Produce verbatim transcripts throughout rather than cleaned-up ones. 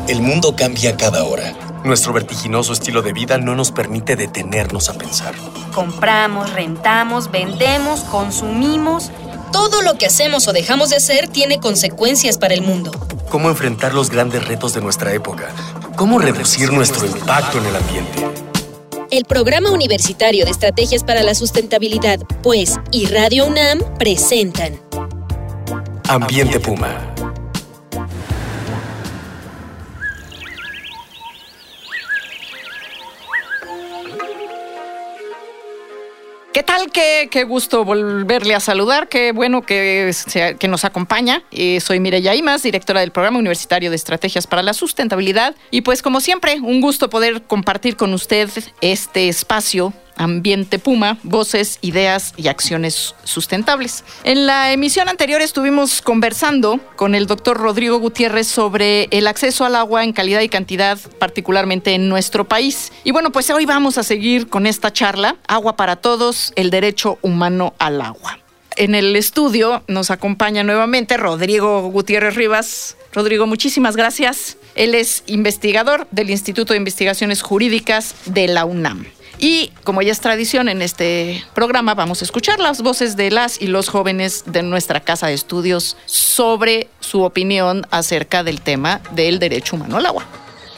El mundo cambia cada hora. Nuestro vertiginoso estilo de vida no nos permite detenernos a pensar. Compramos, rentamos, vendemos, consumimos. Todo lo que hacemos o dejamos de hacer tiene consecuencias para el mundo. ¿Cómo enfrentar los grandes retos de nuestra época? ¿Cómo reducir nuestro impacto en el ambiente? El Programa Universitario de Estrategias para la Sustentabilidad, pues, y Radio UNAM presentan Ambiente Puma. ¿Qué tal? Qué, qué gusto volverle a saludar. Qué bueno que, sea, que nos acompaña. Eh, soy Mireya Imas, directora del Programa Universitario de Estrategias para la Sustentabilidad. Y pues como siempre, un gusto poder compartir con usted este espacio Ambiente Puma, voces, ideas y acciones sustentables. En la emisión anterior estuvimos conversando con el doctor Rodrigo Gutiérrez sobre el acceso al agua en calidad y cantidad, particularmente en nuestro país. Y bueno, pues hoy vamos a seguir con esta charla, Agua para Todos, el derecho humano al agua. En el estudio nos acompaña nuevamente Rodrigo Gutiérrez Rivas. Rodrigo, muchísimas gracias. Él es investigador del Instituto de Investigaciones Jurídicas de la UNAM. Y como ya es tradición en este programa, vamos a escuchar las voces de las y los jóvenes de nuestra casa de estudios sobre su opinión acerca del tema del derecho humano al agua.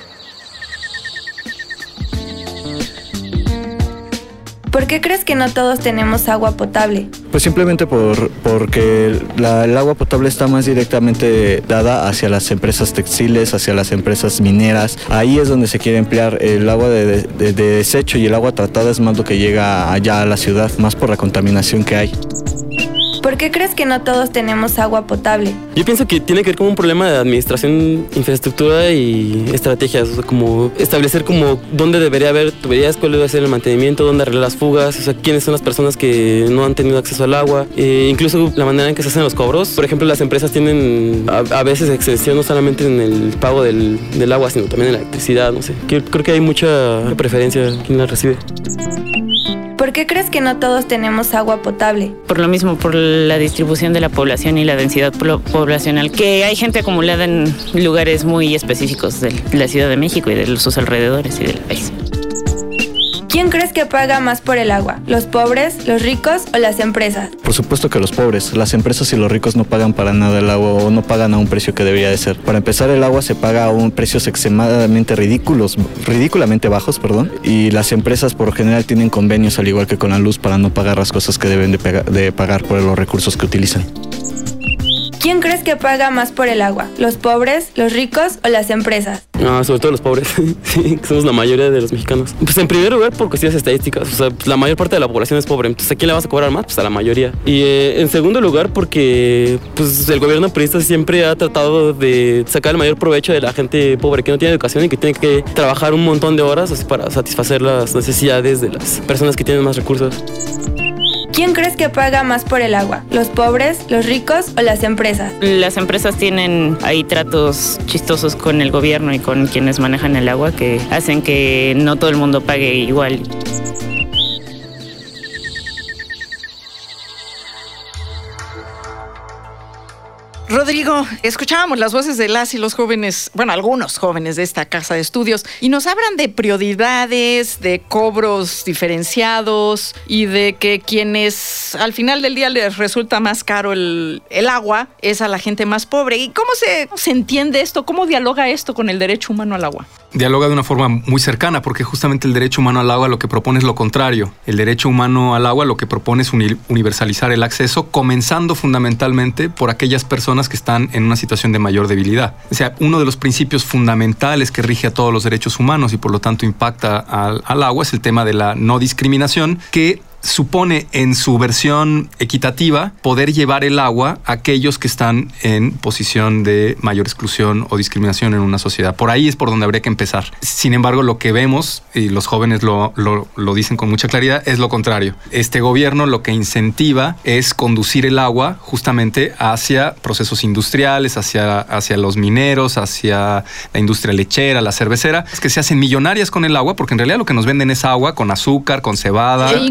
¿Por qué crees que no todos tenemos agua potable? Pues simplemente por, porque la, el agua potable está más directamente dada hacia las empresas textiles, hacia las empresas mineras. Ahí es donde se quiere emplear el agua de, de, de desecho, y el agua tratada es más lo que llega allá a la ciudad, más por la contaminación que hay. ¿Por qué crees que no todos tenemos agua potable? Yo pienso que tiene que ver con un problema de administración, infraestructura y estrategias, o sea, como establecer como dónde debería haber tuberías, cuál debe ser el mantenimiento, dónde arreglar las fugas, o sea, quiénes son las personas que no han tenido acceso al agua, eh, incluso la manera en que se hacen los cobros. Por ejemplo, las empresas tienen a, a veces exención no solamente en el pago del, del agua, sino también en la electricidad, no sé. Creo, creo que hay mucha preferencia quien la recibe. ¿Por qué crees que no todos tenemos agua potable? Por lo mismo, por la distribución de la población y la densidad poblacional, que hay gente acumulada en lugares muy específicos de la Ciudad de México y de sus alrededores y del país. ¿Quién crees que paga más por el agua? ¿Los pobres, los ricos o las empresas? Por supuesto que los pobres. Las empresas y los ricos no pagan para nada el agua, o no pagan a un precio que debería de ser. Para empezar, el agua se paga a un precios extremadamente ridículos, ridículamente bajos, perdón. Y las empresas por lo general tienen convenios, al igual que con la luz, para no pagar las cosas que deben de, pega- de pagar por los recursos que utilizan. ¿Quién crees que paga más por el agua? ¿Los pobres, los ricos o las empresas? No, sobre todo los pobres, sí, que somos la mayoría de los mexicanos. Pues en primer lugar por cuestiones estadísticas, o sea, pues la mayor parte de la población es pobre, entonces ¿a quién le vas a cobrar más? Pues a la mayoría. Y eh, en segundo lugar porque pues el gobierno priista siempre ha tratado de sacar el mayor provecho de la gente pobre que no tiene educación y que tiene que trabajar un montón de horas así para satisfacer las necesidades de las personas que tienen más recursos. ¿Quién crees que paga más por el agua? ¿Los pobres, los ricos o las empresas? Las empresas tienen ahí tratos chistosos con el gobierno y con quienes manejan el agua que hacen que no todo el mundo pague igual. Rodrigo, escuchábamos las voces de las y los jóvenes, bueno, algunos jóvenes de esta casa de estudios, y nos hablan de prioridades, de cobros diferenciados y de que quienes al final del día les resulta más caro el, el agua es a la gente más pobre. ¿Y cómo se, se entiende esto? ¿Cómo dialoga esto con el derecho humano al agua? Dialoga de una forma muy cercana, porque justamente el derecho humano al agua lo que propone es lo contrario. El derecho humano al agua lo que propone es universalizar el acceso, comenzando fundamentalmente por aquellas personas que están en una situación de mayor debilidad. O sea, uno de los principios fundamentales que rige a todos los derechos humanos y por lo tanto impacta al, al agua es el tema de la no discriminación, que supone en su versión equitativa poder llevar el agua a aquellos que están en posición de mayor exclusión o discriminación en una sociedad. Por ahí es por donde habría que empezar. Sin embargo, lo que vemos, y los jóvenes lo, lo, lo dicen con mucha claridad, es lo contrario. Este gobierno lo que incentiva es conducir el agua justamente hacia procesos industriales, hacia, hacia los mineros, hacia la industria lechera, la cervecera, que se hacen millonarias con el agua, porque en realidad lo que nos venden es agua con azúcar, con cebada. E incluso la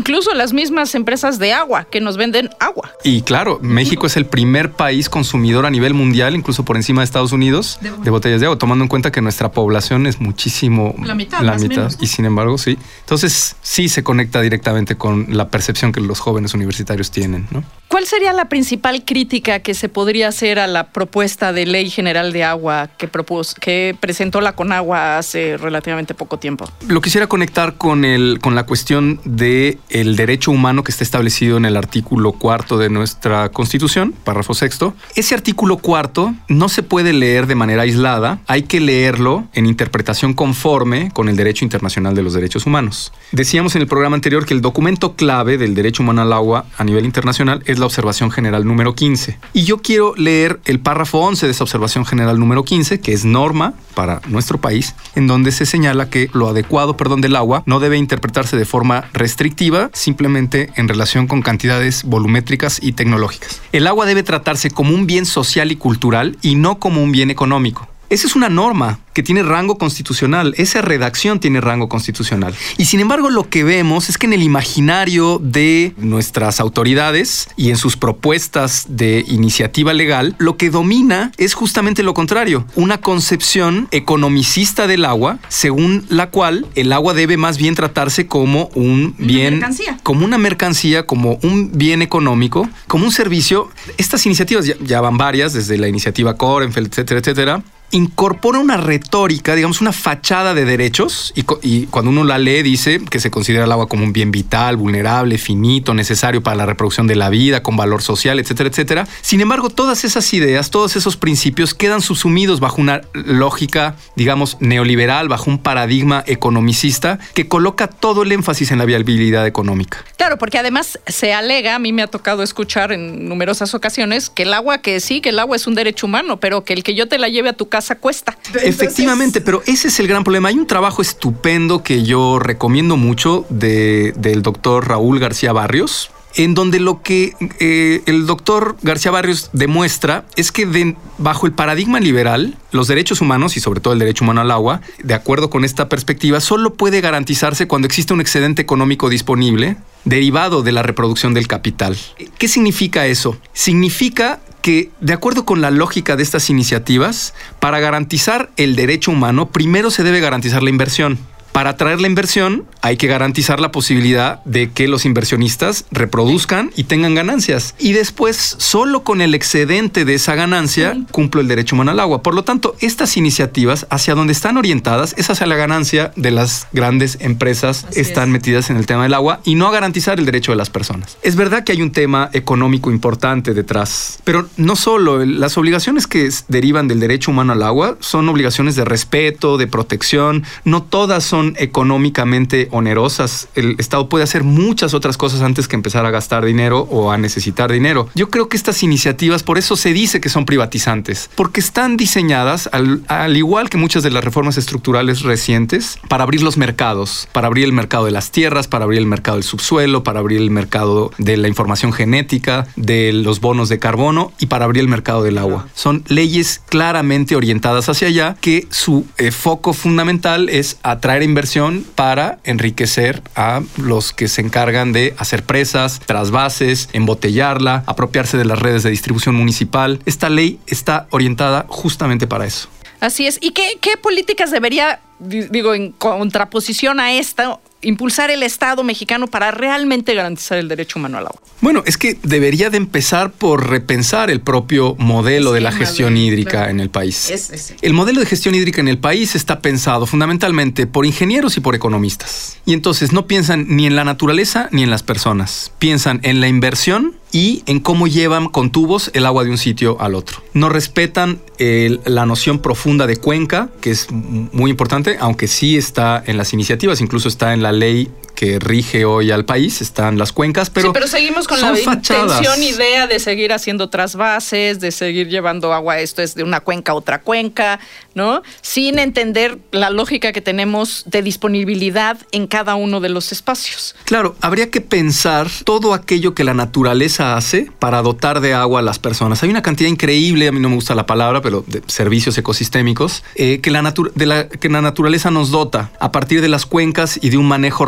las mismas empresas de agua que nos venden agua. Y claro, México es el primer país consumidor a nivel mundial, incluso por encima de Estados Unidos, de, de botellas de agua, tomando en cuenta que nuestra población es muchísimo la mitad, la más mitad menos, ¿no? Y sin embargo, sí. Entonces, sí se conecta directamente con la percepción que los jóvenes universitarios tienen, ¿no? ¿Cuál sería la principal crítica que se podría hacer a la propuesta de Ley General de Agua que, propus, que presentó la Conagua hace relativamente poco tiempo? Lo quisiera conectar con, el, con la cuestión del derecho humano que está establecido en el artículo cuarto de nuestra Constitución, párrafo sexto. Ese artículo cuarto no se puede leer de manera aislada, hay que leerlo en interpretación conforme con el derecho internacional de los derechos humanos. Decíamos en el programa anterior que el documento clave del derecho humano al agua a nivel internacional es la observación general número quince. Y yo quiero leer el párrafo once de esa observación general número quince, que es norma para nuestro país, en donde se señala que lo adecuado, perdón, del agua no debe interpretarse de forma restrictiva, simplemente en relación con cantidades volumétricas y tecnológicas. El agua debe tratarse como un bien social y cultural y no como un bien económico. Esa es una norma que tiene rango constitucional. Esa redacción tiene rango constitucional. Y sin embargo, lo que vemos es que en el imaginario de nuestras autoridades y en sus propuestas de iniciativa legal, lo que domina es justamente lo contrario. Una concepción economicista del agua, según la cual el agua debe más bien tratarse como un bien, una mercancía. como una mercancía, como un bien económico, como un servicio. Estas iniciativas ya, ya van varias, desde la iniciativa Korenfeld, etcétera, etcétera. Incorpora una retórica, digamos, una fachada de derechos y, y cuando uno la lee dice que se considera el agua como un bien vital, vulnerable, finito, necesario para la reproducción de la vida, con valor social, etcétera, etcétera. Sin embargo, todas esas ideas, todos esos principios quedan subsumidos bajo una lógica, digamos, neoliberal, bajo un paradigma economicista que coloca todo el énfasis en la viabilidad económica. Claro, porque además se alega, a mí me ha tocado escuchar en numerosas ocasiones, que el agua, que sí, que el agua es un derecho humano, pero que el que yo te la lleve a tu casa cuesta. Efectivamente, pero ese es el gran problema. Hay un trabajo estupendo que yo recomiendo mucho de, del doctor Raúl García Barrios, en donde lo que eh, el doctor García Barrios demuestra es que de, bajo el paradigma liberal, los derechos humanos y sobre todo el derecho humano al agua, de acuerdo con esta perspectiva, solo puede garantizarse cuando existe un excedente económico disponible derivado de la reproducción del capital. ¿Qué significa eso? Significa que, de acuerdo con la lógica de estas iniciativas, para garantizar el derecho humano, primero se debe garantizar la inversión. Para atraer la inversión, hay que garantizar la posibilidad de que los inversionistas reproduzcan y tengan ganancias. Y después, solo con el excedente de esa ganancia, cumplo el derecho humano al agua. Por lo tanto, estas iniciativas, hacia donde están orientadas, es hacia la ganancia de las grandes empresas que están metidas en el tema del agua y no a garantizar el derecho de las personas. Es verdad que hay un tema económico importante detrás, pero no solo. Las obligaciones que derivan del derecho humano al agua son obligaciones de respeto, de protección. No todas son económicamente onerosas. El Estado puede hacer muchas otras cosas antes que empezar a gastar dinero o a necesitar dinero. Yo creo que estas iniciativas, por eso se dice que son privatizantes, porque están diseñadas, al, al igual que muchas de las reformas estructurales recientes, para abrir los mercados, para abrir el mercado de las tierras, para abrir el mercado del subsuelo, para abrir el mercado de la información genética, de los bonos de carbono y para abrir el mercado del agua. Son leyes claramente orientadas hacia allá que su eh, foco fundamental es atraer inversión para enriquecer a los que se encargan de hacer presas, trasvases, embotellarla, apropiarse de las redes de distribución municipal. Esta ley está orientada justamente para eso. Así es. ¿Y qué, qué políticas debería, digo, en contraposición a esta, impulsar el Estado mexicano para realmente garantizar el derecho humano al agua? Bueno, es que debería de empezar por repensar el propio modelo sí, de la gestión modelo, hídrica claro. en el país. Es, es. El modelo de gestión hídrica en el país está pensado fundamentalmente por ingenieros y por economistas. Y entonces no piensan ni en la naturaleza ni en las personas. Piensan en la inversión y en cómo llevan con tubos el agua de un sitio al otro. No respetan el, la noción profunda de cuenca, que es muy importante, aunque sí está en las iniciativas, incluso está en la ley que rige hoy al país, están las cuencas, pero sí, pero seguimos con la fachadas. intención, idea de seguir haciendo trasvases, de seguir llevando agua, esto es de una cuenca a otra cuenca, ¿no? Sin entender la lógica que tenemos de disponibilidad en cada uno de los espacios. Claro, habría que pensar todo aquello que la naturaleza hace para dotar de agua a las personas. Hay una cantidad increíble, a mí no me gusta la palabra, pero de servicios ecosistémicos, eh, que, la natu- de la, que la naturaleza nos dota a partir de las cuencas y de un manejo razonable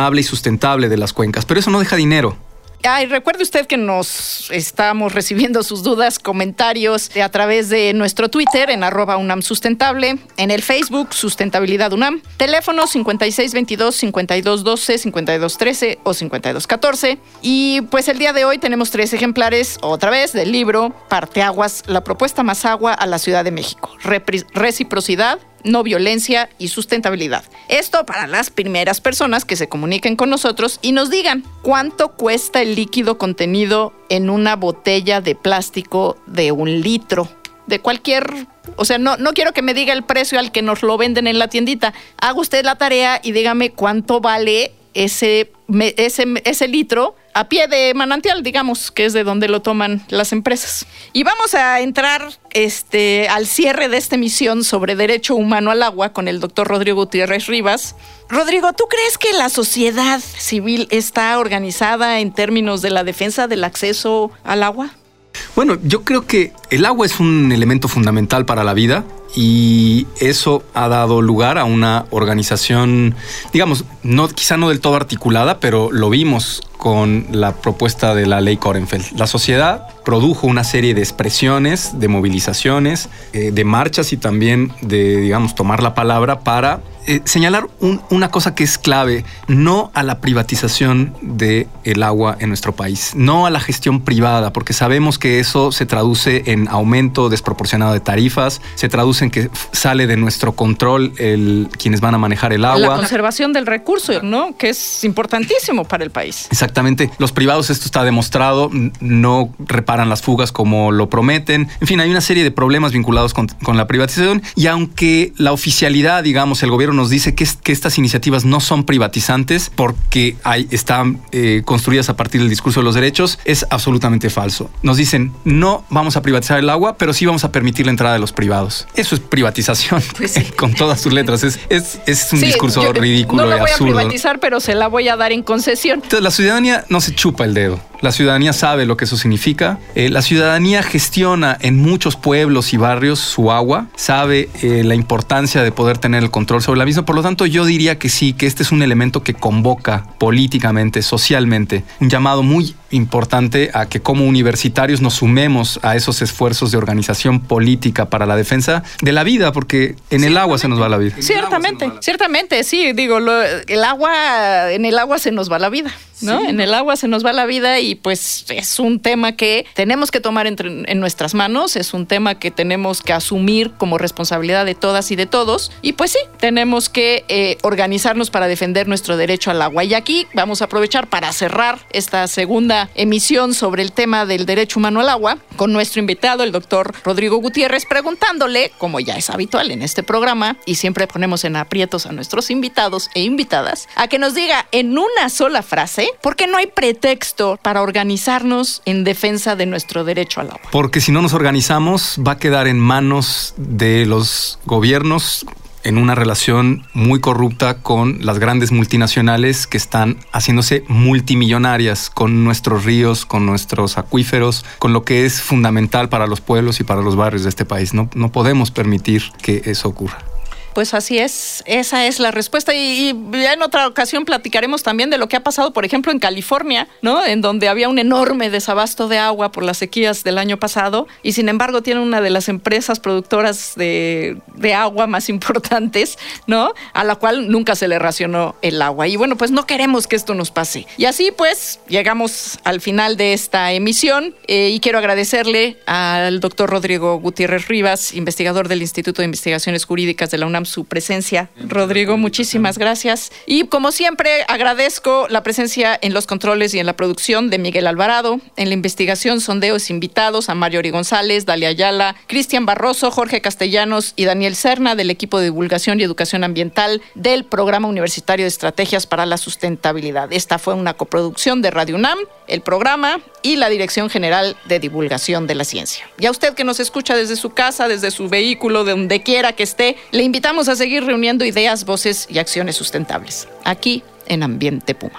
amable y sustentable de las cuencas, pero eso no deja dinero. Ay, recuerde usted que nos estamos recibiendo sus dudas, comentarios a través de nuestro Twitter en arroba UNAM Sustentable, en el Facebook Sustentabilidad UNAM, teléfono cincuenta y seis veintidós, cincuenta y dos doce, cincuenta y dos trece o cincuenta y dos catorce. Y pues el día de hoy tenemos tres ejemplares, otra vez, del libro Parteaguas, la propuesta más agua a la Ciudad de México. Repri- reciprocidad, no violencia y sustentabilidad. Esto para las primeras personas que se comuniquen con nosotros y nos digan cuánto cuesta el líquido contenido en una botella de plástico de un litro. De cualquier... O sea, no, no quiero que me diga el precio al que nos lo venden en la tiendita. Haga usted la tarea y dígame cuánto vale ese, ese, ese litro a pie de manantial, digamos, que es de donde lo toman las empresas. Y vamos a entrar este, al cierre de esta emisión sobre derecho humano al agua con el doctor Rodrigo Gutiérrez Rivas. Rodrigo, ¿tú crees que la sociedad civil está organizada en términos de la defensa del acceso al agua? Bueno, yo creo que el agua es un elemento fundamental para la vida y eso ha dado lugar a una organización, digamos, no, quizá no del todo articulada, pero lo vimos con la propuesta de la ley Kohrenfeld. La sociedad produjo una serie de expresiones, de movilizaciones, eh, de marchas y también de, digamos, tomar la palabra para eh, señalar un, una cosa que es clave: no a la privatización del agua en nuestro país, no a la gestión privada, porque sabemos que eso se traduce en aumento desproporcionado de tarifas, se traduce en que sale de nuestro control el, quienes van a manejar el agua. La conservación del recurso, ¿no? Que es importantísimo para el país. Exactamente. Los privados, esto está demostrado, no reparan las fugas como lo prometen. En fin, hay una serie de problemas vinculados con, con la privatización, y aunque la oficialidad, digamos, el gobierno nos dice que, es, que estas iniciativas no son privatizantes porque hay, están eh, construidas a partir del discurso de los derechos, es absolutamente falso. Nos dicen, no vamos a privatizar el agua, pero sí vamos a permitir la entrada de los privados. Eso es privatización, pues sí. Con todas sus letras. Es, es, es un sí, discurso yo, ridículo y absurdo. No la voy a privatizar, pero se la voy a dar en concesión. Entonces, la ciudadanía no se chupa el dedo. La ciudadanía sabe lo que eso significa. Eh, la ciudadanía gestiona en muchos pueblos y barrios su agua, sabe eh, la importancia de poder tener el control sobre la misma. Por lo tanto, yo diría que sí, que este es un elemento que convoca políticamente, socialmente, un llamado muy importante a que como universitarios nos sumemos a esos esfuerzos de organización política para la defensa de la vida, porque en el agua se nos va la vida. Ciertamente, ciertamente, sí, digo, lo, el agua, en el agua se nos va la vida, ¿no? Sí. En el agua se nos va la vida y pues es un tema que tenemos que tomar entre, en nuestras manos, es un tema que tenemos que asumir como responsabilidad de todas y de todos, y pues sí, tenemos que eh, organizarnos para defender nuestro derecho al agua. Y aquí vamos a aprovechar para cerrar esta segunda emisión sobre el tema del derecho humano al agua con nuestro invitado, el doctor Rodrigo Gutiérrez, preguntándole, como ya es habitual en este programa, y siempre ponemos en aprietos a nuestros invitados e invitadas, a que nos diga en una sola frase por qué no hay pretexto para organizarnos en defensa de nuestro derecho al agua. Porque si no nos organizamos, va a quedar en manos de los gobiernos en una relación muy corrupta con las grandes multinacionales que están haciéndose multimillonarias con nuestros ríos, con nuestros acuíferos, con lo que es fundamental para los pueblos y para los barrios de este país. No, no podemos permitir que eso ocurra. Pues así es, esa es la respuesta, y, y ya en otra ocasión platicaremos también de lo que ha pasado, por ejemplo, en California, ¿no? En donde había un enorme desabasto de agua por las sequías del año pasado, y sin embargo tiene una de las empresas productoras de, de agua más importantes, ¿no? A la cual nunca se le racionó el agua. Y bueno, pues no queremos que esto nos pase. Y así pues llegamos al final de esta emisión, eh, y quiero agradecerle al doctor Rodrigo Gutiérrez Rivas, investigador del Instituto de Investigaciones Jurídicas de la UNAM, su presencia. Rodrigo, muchísimas gracias. Y como siempre, agradezco la presencia en los controles y en la producción de Miguel Alvarado, en la investigación, sondeos, invitados a Mario Ori González, Dalia Ayala, Cristian Barroso, Jorge Castellanos y Daniel Serna, del equipo de divulgación y educación ambiental del Programa Universitario de Estrategias para la Sustentabilidad. Esta fue una coproducción de Radio UNAM, el programa y la Dirección General de Divulgación de la Ciencia. Y a usted que nos escucha desde su casa, desde su vehículo, de donde quiera que esté, le invitamos a seguir reuniendo ideas, voces y acciones sustentables, aquí en Ambiente Puma.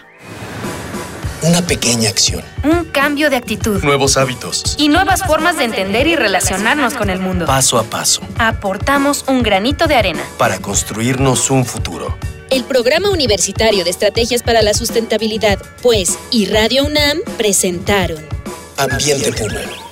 Una pequeña acción. Un cambio de actitud. Nuevos hábitos. Y nuevas formas de entender y relacionarnos con el mundo. Paso a paso. Aportamos un granito de arena. Para construirnos un futuro. El Programa Universitario de Estrategias para la Sustentabilidad, pues, y Radio UNAM presentaron Ambiente Puma.